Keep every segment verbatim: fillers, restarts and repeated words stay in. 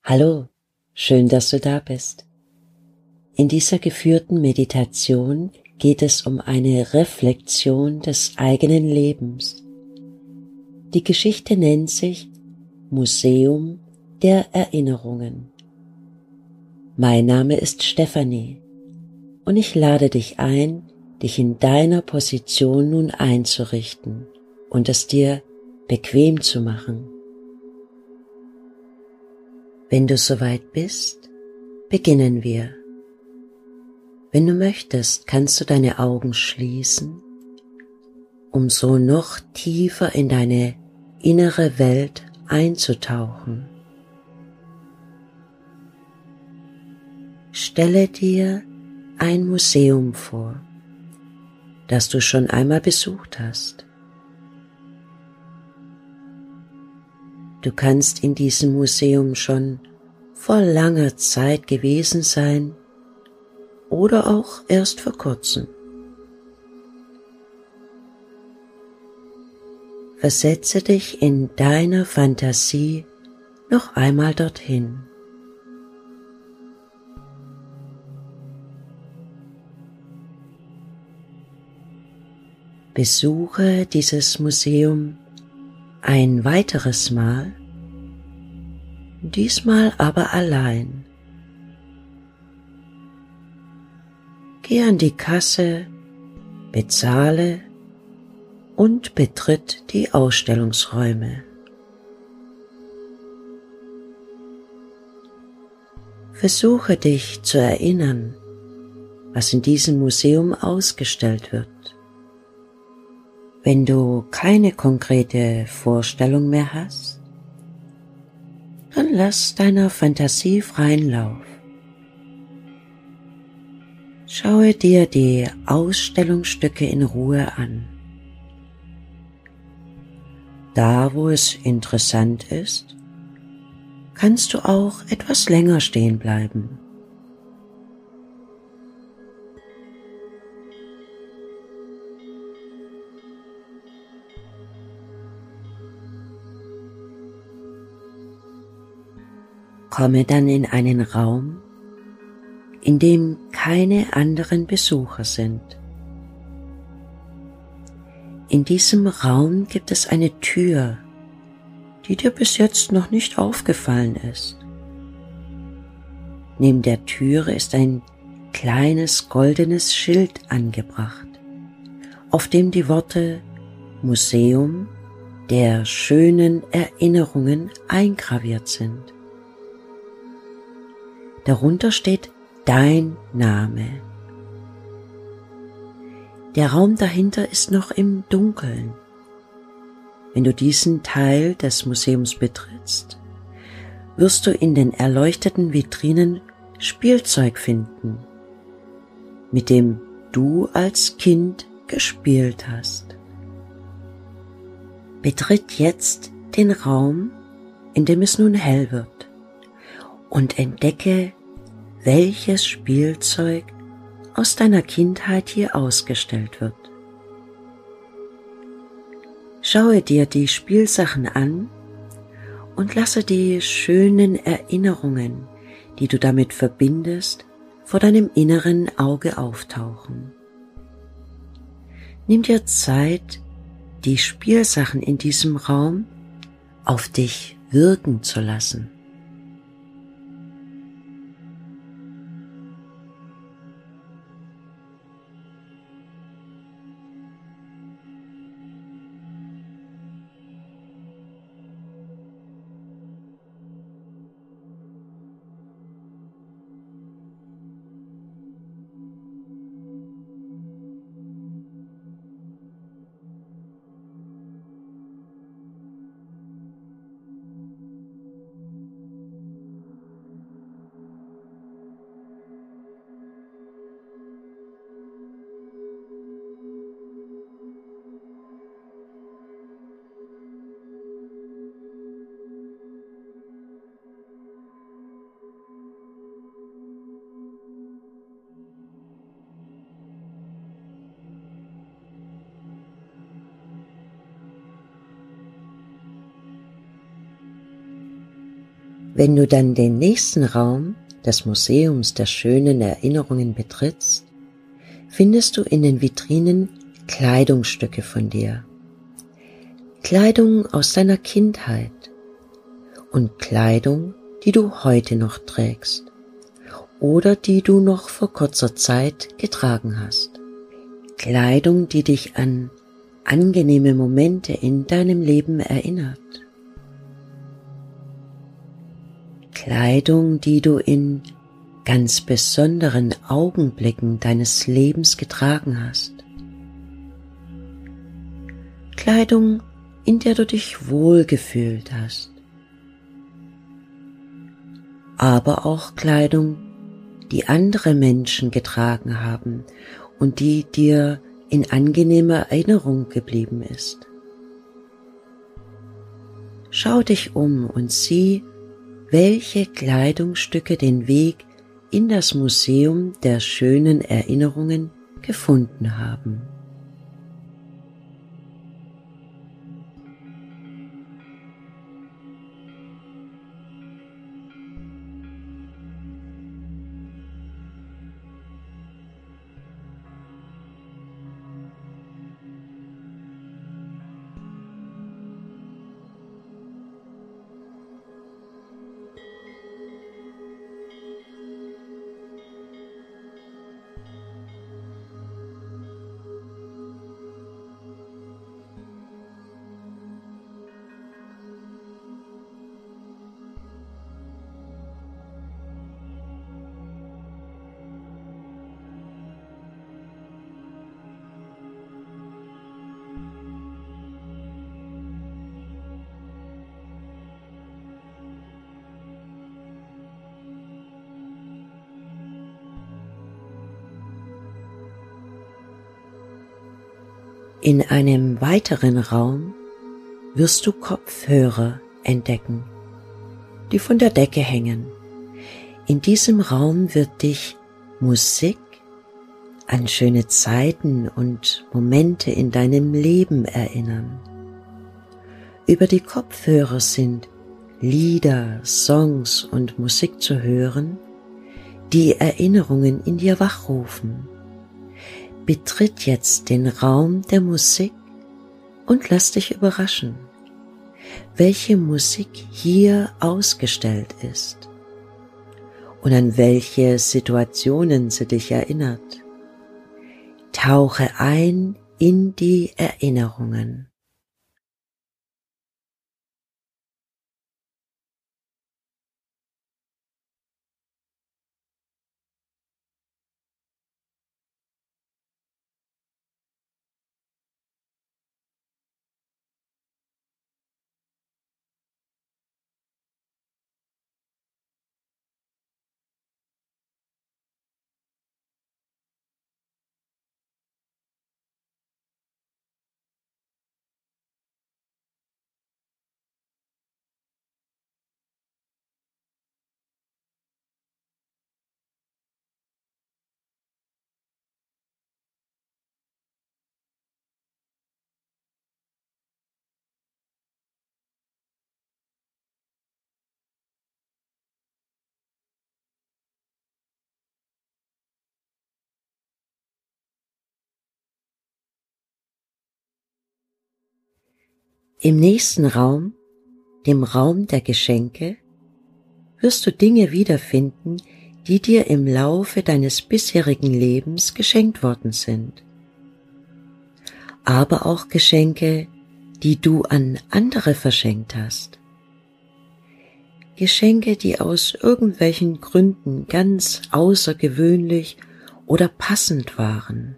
Hallo, schön, dass du da bist. In dieser geführten Meditation geht es um eine Reflexion des eigenen Lebens. Die Geschichte nennt sich Museum der Erinnerungen. Mein Name ist Stefanie und ich lade dich ein, dich in deiner Position nun einzurichten und es dir bequem zu machen. Wenn du soweit bist, beginnen wir. Wenn du möchtest, kannst du deine Augen schließen, um so noch tiefer in deine innere Welt einzutauchen. Stelle dir ein Museum vor, das du schon einmal besucht hast. Du kannst in diesem Museum schon vor langer Zeit gewesen sein oder auch erst vor kurzem. Versetze dich in deiner Fantasie noch einmal dorthin. Besuche dieses Museum ein weiteres Mal, diesmal aber allein. Geh an die Kasse, bezahle und betritt die Ausstellungsräume. Versuche dich zu erinnern, was in diesem Museum ausgestellt wird. Wenn du keine konkrete Vorstellung mehr hast, dann lass deiner Fantasie freien Lauf. Schaue dir die Ausstellungsstücke in Ruhe an. Da, wo es interessant ist, kannst du auch etwas länger stehen bleiben. Komme dann in einen Raum, in dem keine anderen Besucher sind. In diesem Raum gibt es eine Tür, die dir bis jetzt noch nicht aufgefallen ist. Neben der Türe ist ein kleines goldenes Schild angebracht, auf dem die Worte Museum der schönen Erinnerungen eingraviert sind. Darunter steht dein Name. Der Raum dahinter ist noch im Dunkeln. Wenn du diesen Teil des Museums betrittst, wirst du in den erleuchteten Vitrinen Spielzeug finden, mit dem du als Kind gespielt hast. Betritt jetzt den Raum, in dem es nun hell wird, und entdecke, welches Spielzeug aus deiner Kindheit hier ausgestellt wird. Schaue dir die Spielsachen an und lasse die schönen Erinnerungen, die du damit verbindest, vor deinem inneren Auge auftauchen. Nimm dir Zeit, die Spielsachen in diesem Raum auf dich wirken zu lassen. Wenn du dann den nächsten Raum des Museums der schönen Erinnerungen betrittst, findest du in den Vitrinen Kleidungsstücke von dir. Kleidung aus deiner Kindheit und Kleidung, die du heute noch trägst oder die du noch vor kurzer Zeit getragen hast. Kleidung, die dich an angenehme Momente in deinem Leben erinnert. Kleidung, die du in ganz besonderen Augenblicken deines Lebens getragen hast. Kleidung, in der du dich wohlgefühlt hast. Aber auch Kleidung, die andere Menschen getragen haben und die dir in angenehmer Erinnerung geblieben ist. Schau dich um und sieh, welche Kleidungsstücke den Weg in das Museum der schönen Erinnerungen gefunden haben. In einem weiteren Raum wirst du Kopfhörer entdecken, die von der Decke hängen. In diesem Raum wird dich Musik an schöne Zeiten und Momente in deinem Leben erinnern. Über die Kopfhörer sind Lieder, Songs und Musik zu hören, die Erinnerungen in dir wachrufen. Betritt jetzt den Raum der Musik und lass dich überraschen, welche Musik hier ausgestellt ist und an welche Situationen sie dich erinnert. Tauche ein in die Erinnerungen. Im nächsten Raum, dem Raum der Geschenke, wirst du Dinge wiederfinden, die dir im Laufe deines bisherigen Lebens geschenkt worden sind. Aber auch Geschenke, die du an andere verschenkt hast. Geschenke, die aus irgendwelchen Gründen ganz außergewöhnlich oder passend waren.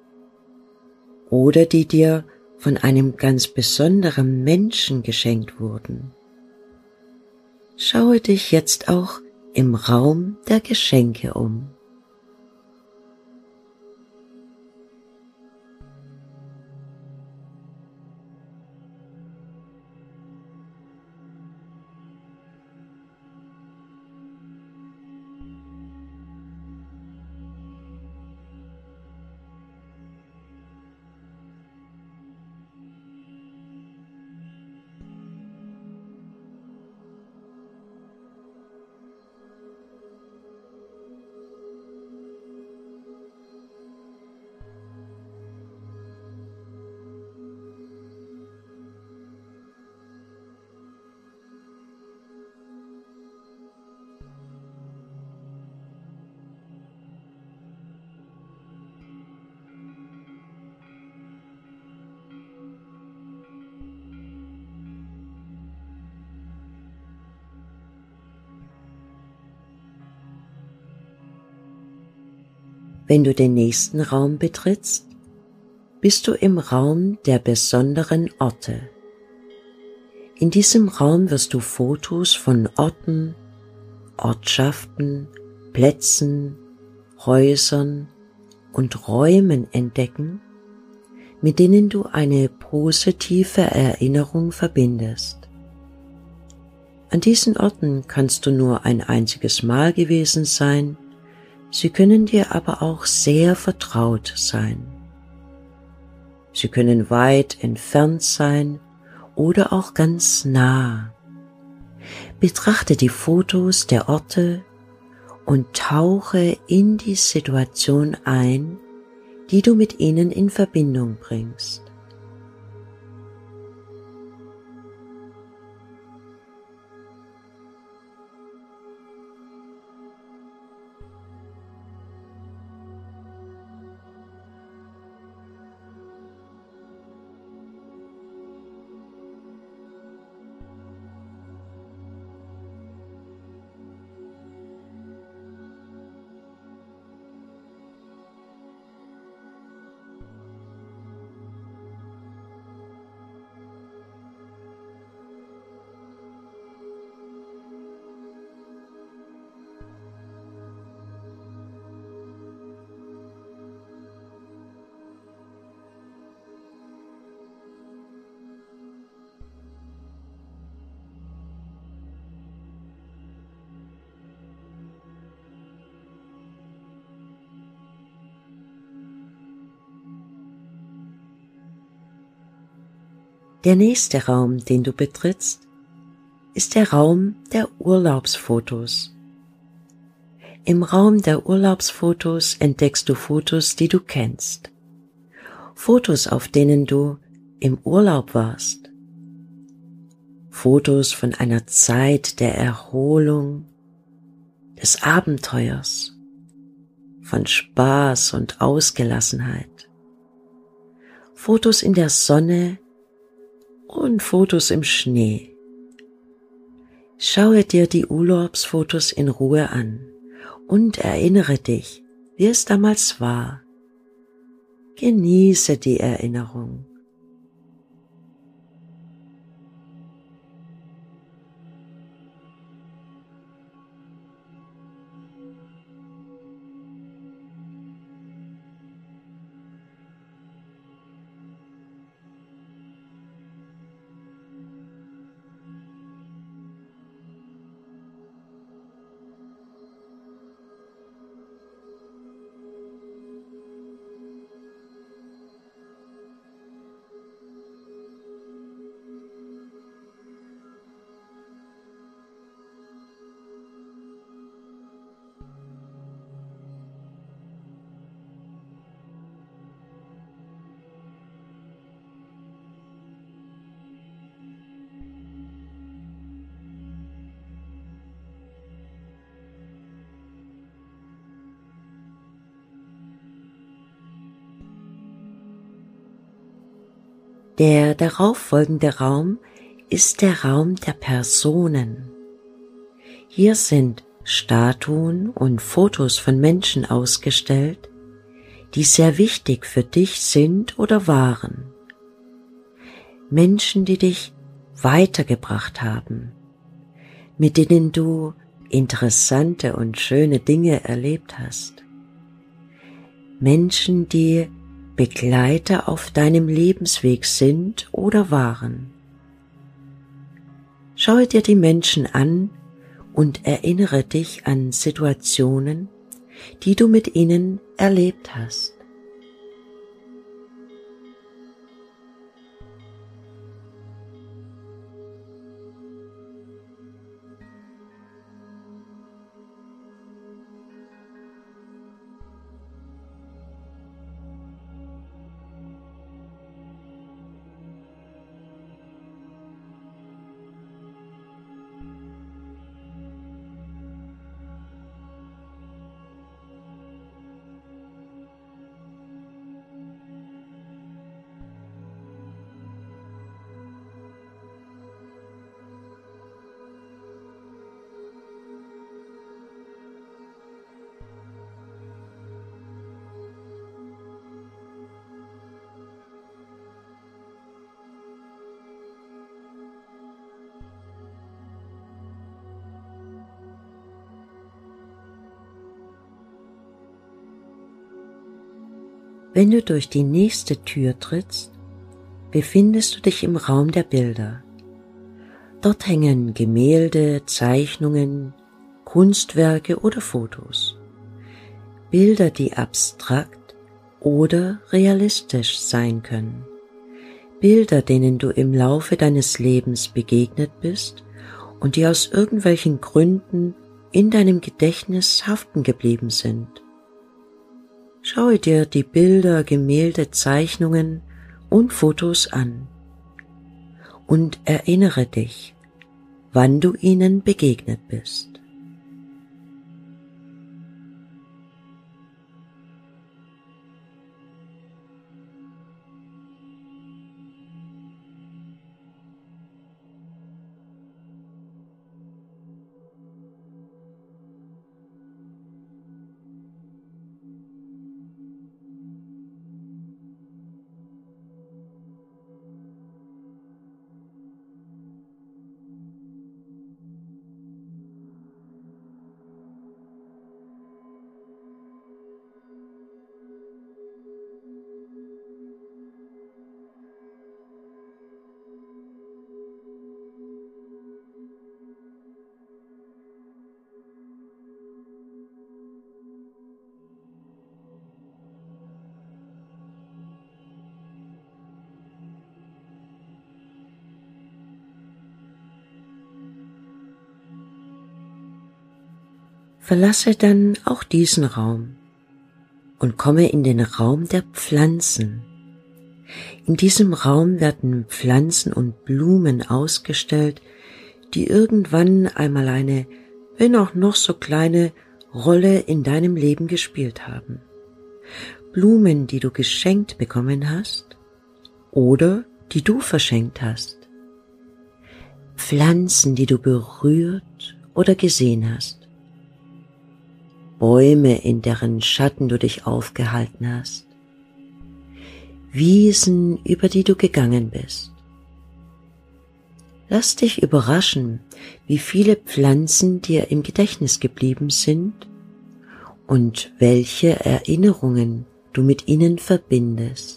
Oder die dir von einem ganz besonderen Menschen geschenkt wurden. Schaue dich jetzt auch im Raum der Geschenke um. Wenn du den nächsten Raum betrittst, bist du im Raum der besonderen Orte. In diesem Raum wirst du Fotos von Orten, Ortschaften, Plätzen, Häusern und Räumen entdecken, mit denen du eine positive Erinnerung verbindest. An diesen Orten kannst du nur ein einziges Mal gewesen sein, sie können dir aber auch sehr vertraut sein. Sie können weit entfernt sein oder auch ganz nah. Betrachte die Fotos der Orte und tauche in die Situation ein, die du mit ihnen in Verbindung bringst. Der nächste Raum, den du betrittst, ist der Raum der Urlaubsfotos. Im Raum der Urlaubsfotos entdeckst du Fotos, die du kennst. Fotos, auf denen du im Urlaub warst. Fotos von einer Zeit der Erholung, des Abenteuers, von Spaß und Ausgelassenheit. Fotos in der Sonne und Fotos im Schnee. Schaue dir die Urlaubsfotos in Ruhe an und erinnere dich, wie es damals war. Genieße die Erinnerung. Der darauffolgende Raum ist der Raum der Personen. Hier sind Statuen und Fotos von Menschen ausgestellt, die sehr wichtig für dich sind oder waren. Menschen, die dich weitergebracht haben, mit denen du interessante und schöne Dinge erlebt hast. Menschen, die Begleiter auf deinem Lebensweg sind oder waren. Schaue dir die Menschen an und erinnere dich an Situationen, die du mit ihnen erlebt hast. Wenn du durch die nächste Tür trittst, befindest du dich im Raum der Bilder. Dort hängen Gemälde, Zeichnungen, Kunstwerke oder Fotos. Bilder, die abstrakt oder realistisch sein können. Bilder, denen du im Laufe deines Lebens begegnet bist und die aus irgendwelchen Gründen in deinem Gedächtnis haften geblieben sind. Schaue dir die Bilder, Gemälde, Zeichnungen und Fotos an und erinnere dich, wann du ihnen begegnet bist. Verlasse dann auch diesen Raum und komme in den Raum der Pflanzen. In diesem Raum werden Pflanzen und Blumen ausgestellt, die irgendwann einmal eine, wenn auch noch so kleine, Rolle in deinem Leben gespielt haben. Blumen, die du geschenkt bekommen hast oder die du verschenkt hast. Pflanzen, die du berührt oder gesehen hast. Bäume, in deren Schatten du dich aufgehalten hast. Wiesen, über die du gegangen bist. Lass dich überraschen, wie viele Pflanzen dir im Gedächtnis geblieben sind und welche Erinnerungen du mit ihnen verbindest.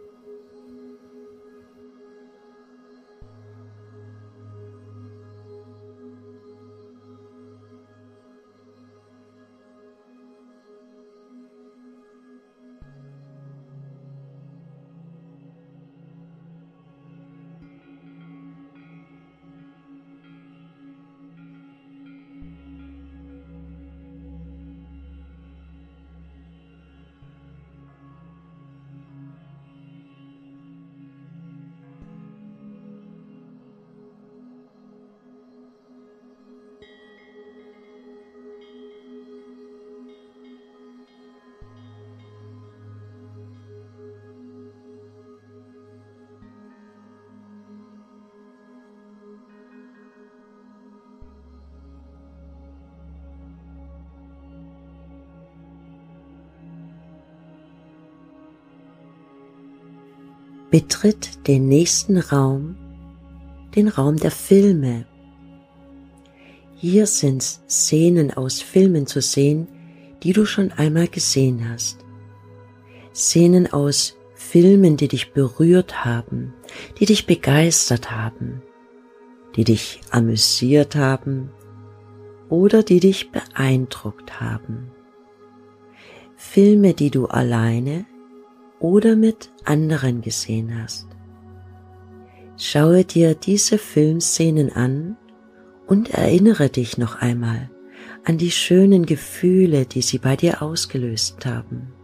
Betritt den nächsten Raum, den Raum der Filme. Hier sind Szenen aus Filmen zu sehen, die du schon einmal gesehen hast. Szenen aus Filmen, die dich berührt haben, die dich begeistert haben, die dich amüsiert haben oder die dich beeindruckt haben. Filme, die du alleine oder mit anderen gesehen hast. Schaue dir diese Filmszenen an und erinnere dich noch einmal an die schönen Gefühle, die sie bei dir ausgelöst haben.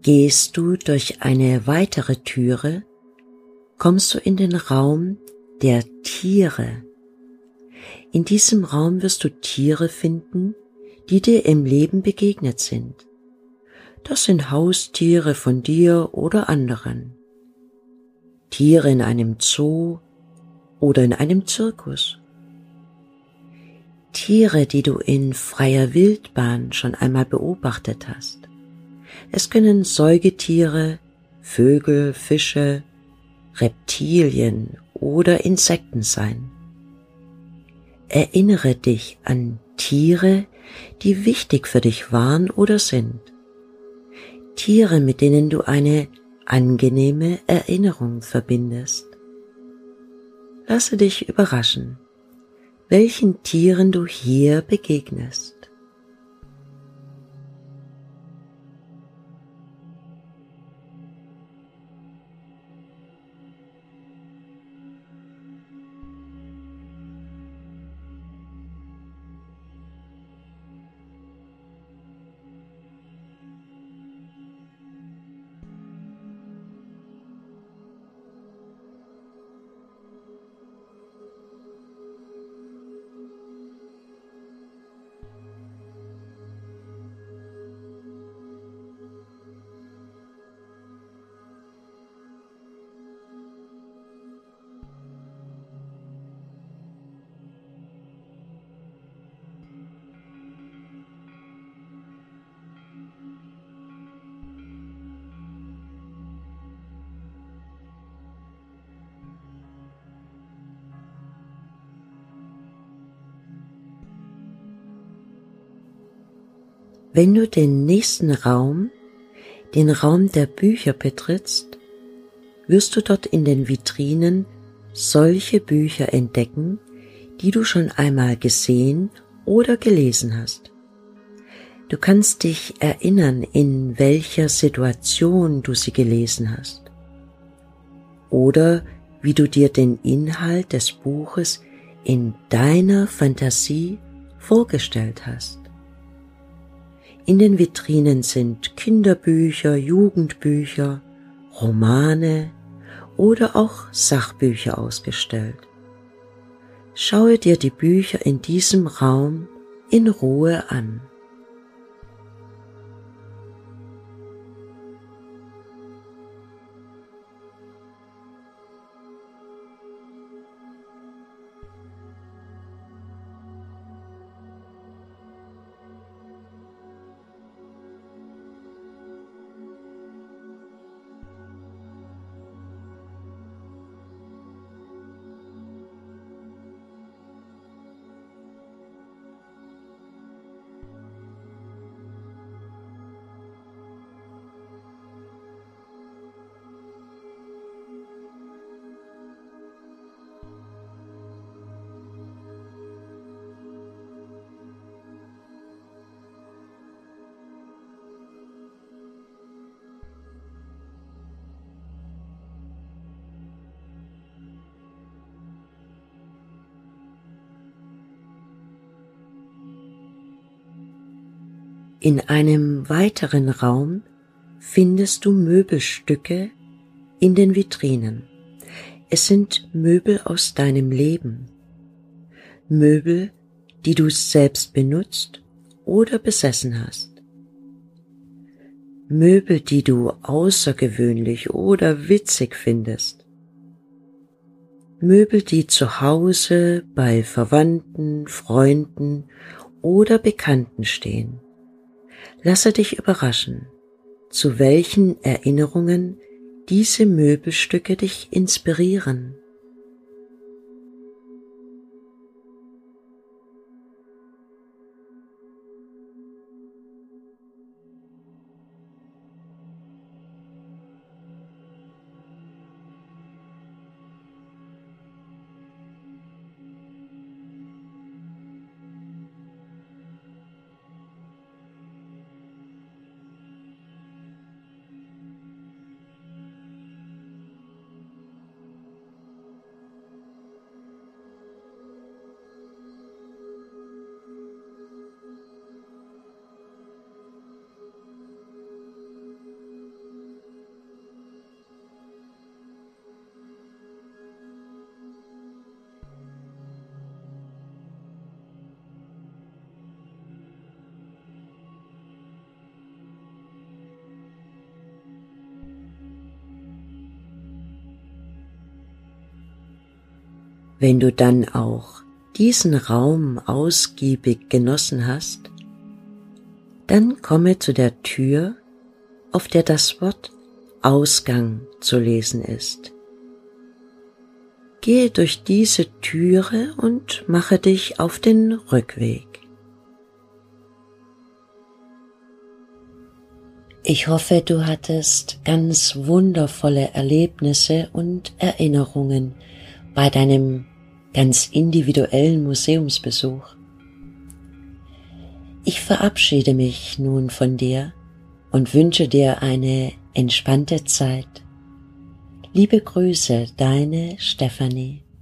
Gehst du durch eine weitere Türe, kommst du in den Raum der Tiere. In diesem Raum wirst du Tiere finden, die dir im Leben begegnet sind. Das sind Haustiere von dir oder anderen. Tiere in einem Zoo oder in einem Zirkus. Tiere, die du in freier Wildbahn schon einmal beobachtet hast. Es können Säugetiere, Vögel, Fische, Reptilien oder Insekten sein. Erinnere dich an Tiere, die wichtig für dich waren oder sind. Tiere, mit denen du eine angenehme Erinnerung verbindest. Lasse dich überraschen, welchen Tieren du hier begegnest. Wenn du den nächsten Raum, den Raum der Bücher betrittst, wirst du dort in den Vitrinen solche Bücher entdecken, die du schon einmal gesehen oder gelesen hast. Du kannst dich erinnern, in welcher Situation du sie gelesen hast oder wie du dir den Inhalt des Buches in deiner Fantasie vorgestellt hast. In den Vitrinen sind Kinderbücher, Jugendbücher, Romane oder auch Sachbücher ausgestellt. Schaue dir die Bücher in diesem Raum in Ruhe an. In einem weiteren Raum findest du Möbelstücke in den Vitrinen. Es sind Möbel aus deinem Leben. Möbel, die du selbst benutzt oder besessen hast. Möbel, die du außergewöhnlich oder witzig findest. Möbel, die zu Hause bei Verwandten, Freunden oder Bekannten stehen. Lasse dich überraschen, zu welchen Erinnerungen diese Möbelstücke dich inspirieren. Wenn du dann auch diesen Raum ausgiebig genossen hast, dann komme zu der Tür, auf der das Wort Ausgang zu lesen ist. Gehe durch diese Türe und mache dich auf den Rückweg. Ich hoffe, du hattest ganz wundervolle Erlebnisse und Erinnerungen bei deinem ganz individuellen Museumsbesuch. Ich verabschiede mich nun von dir und wünsche dir eine entspannte Zeit. Liebe Grüße, deine Stefanie.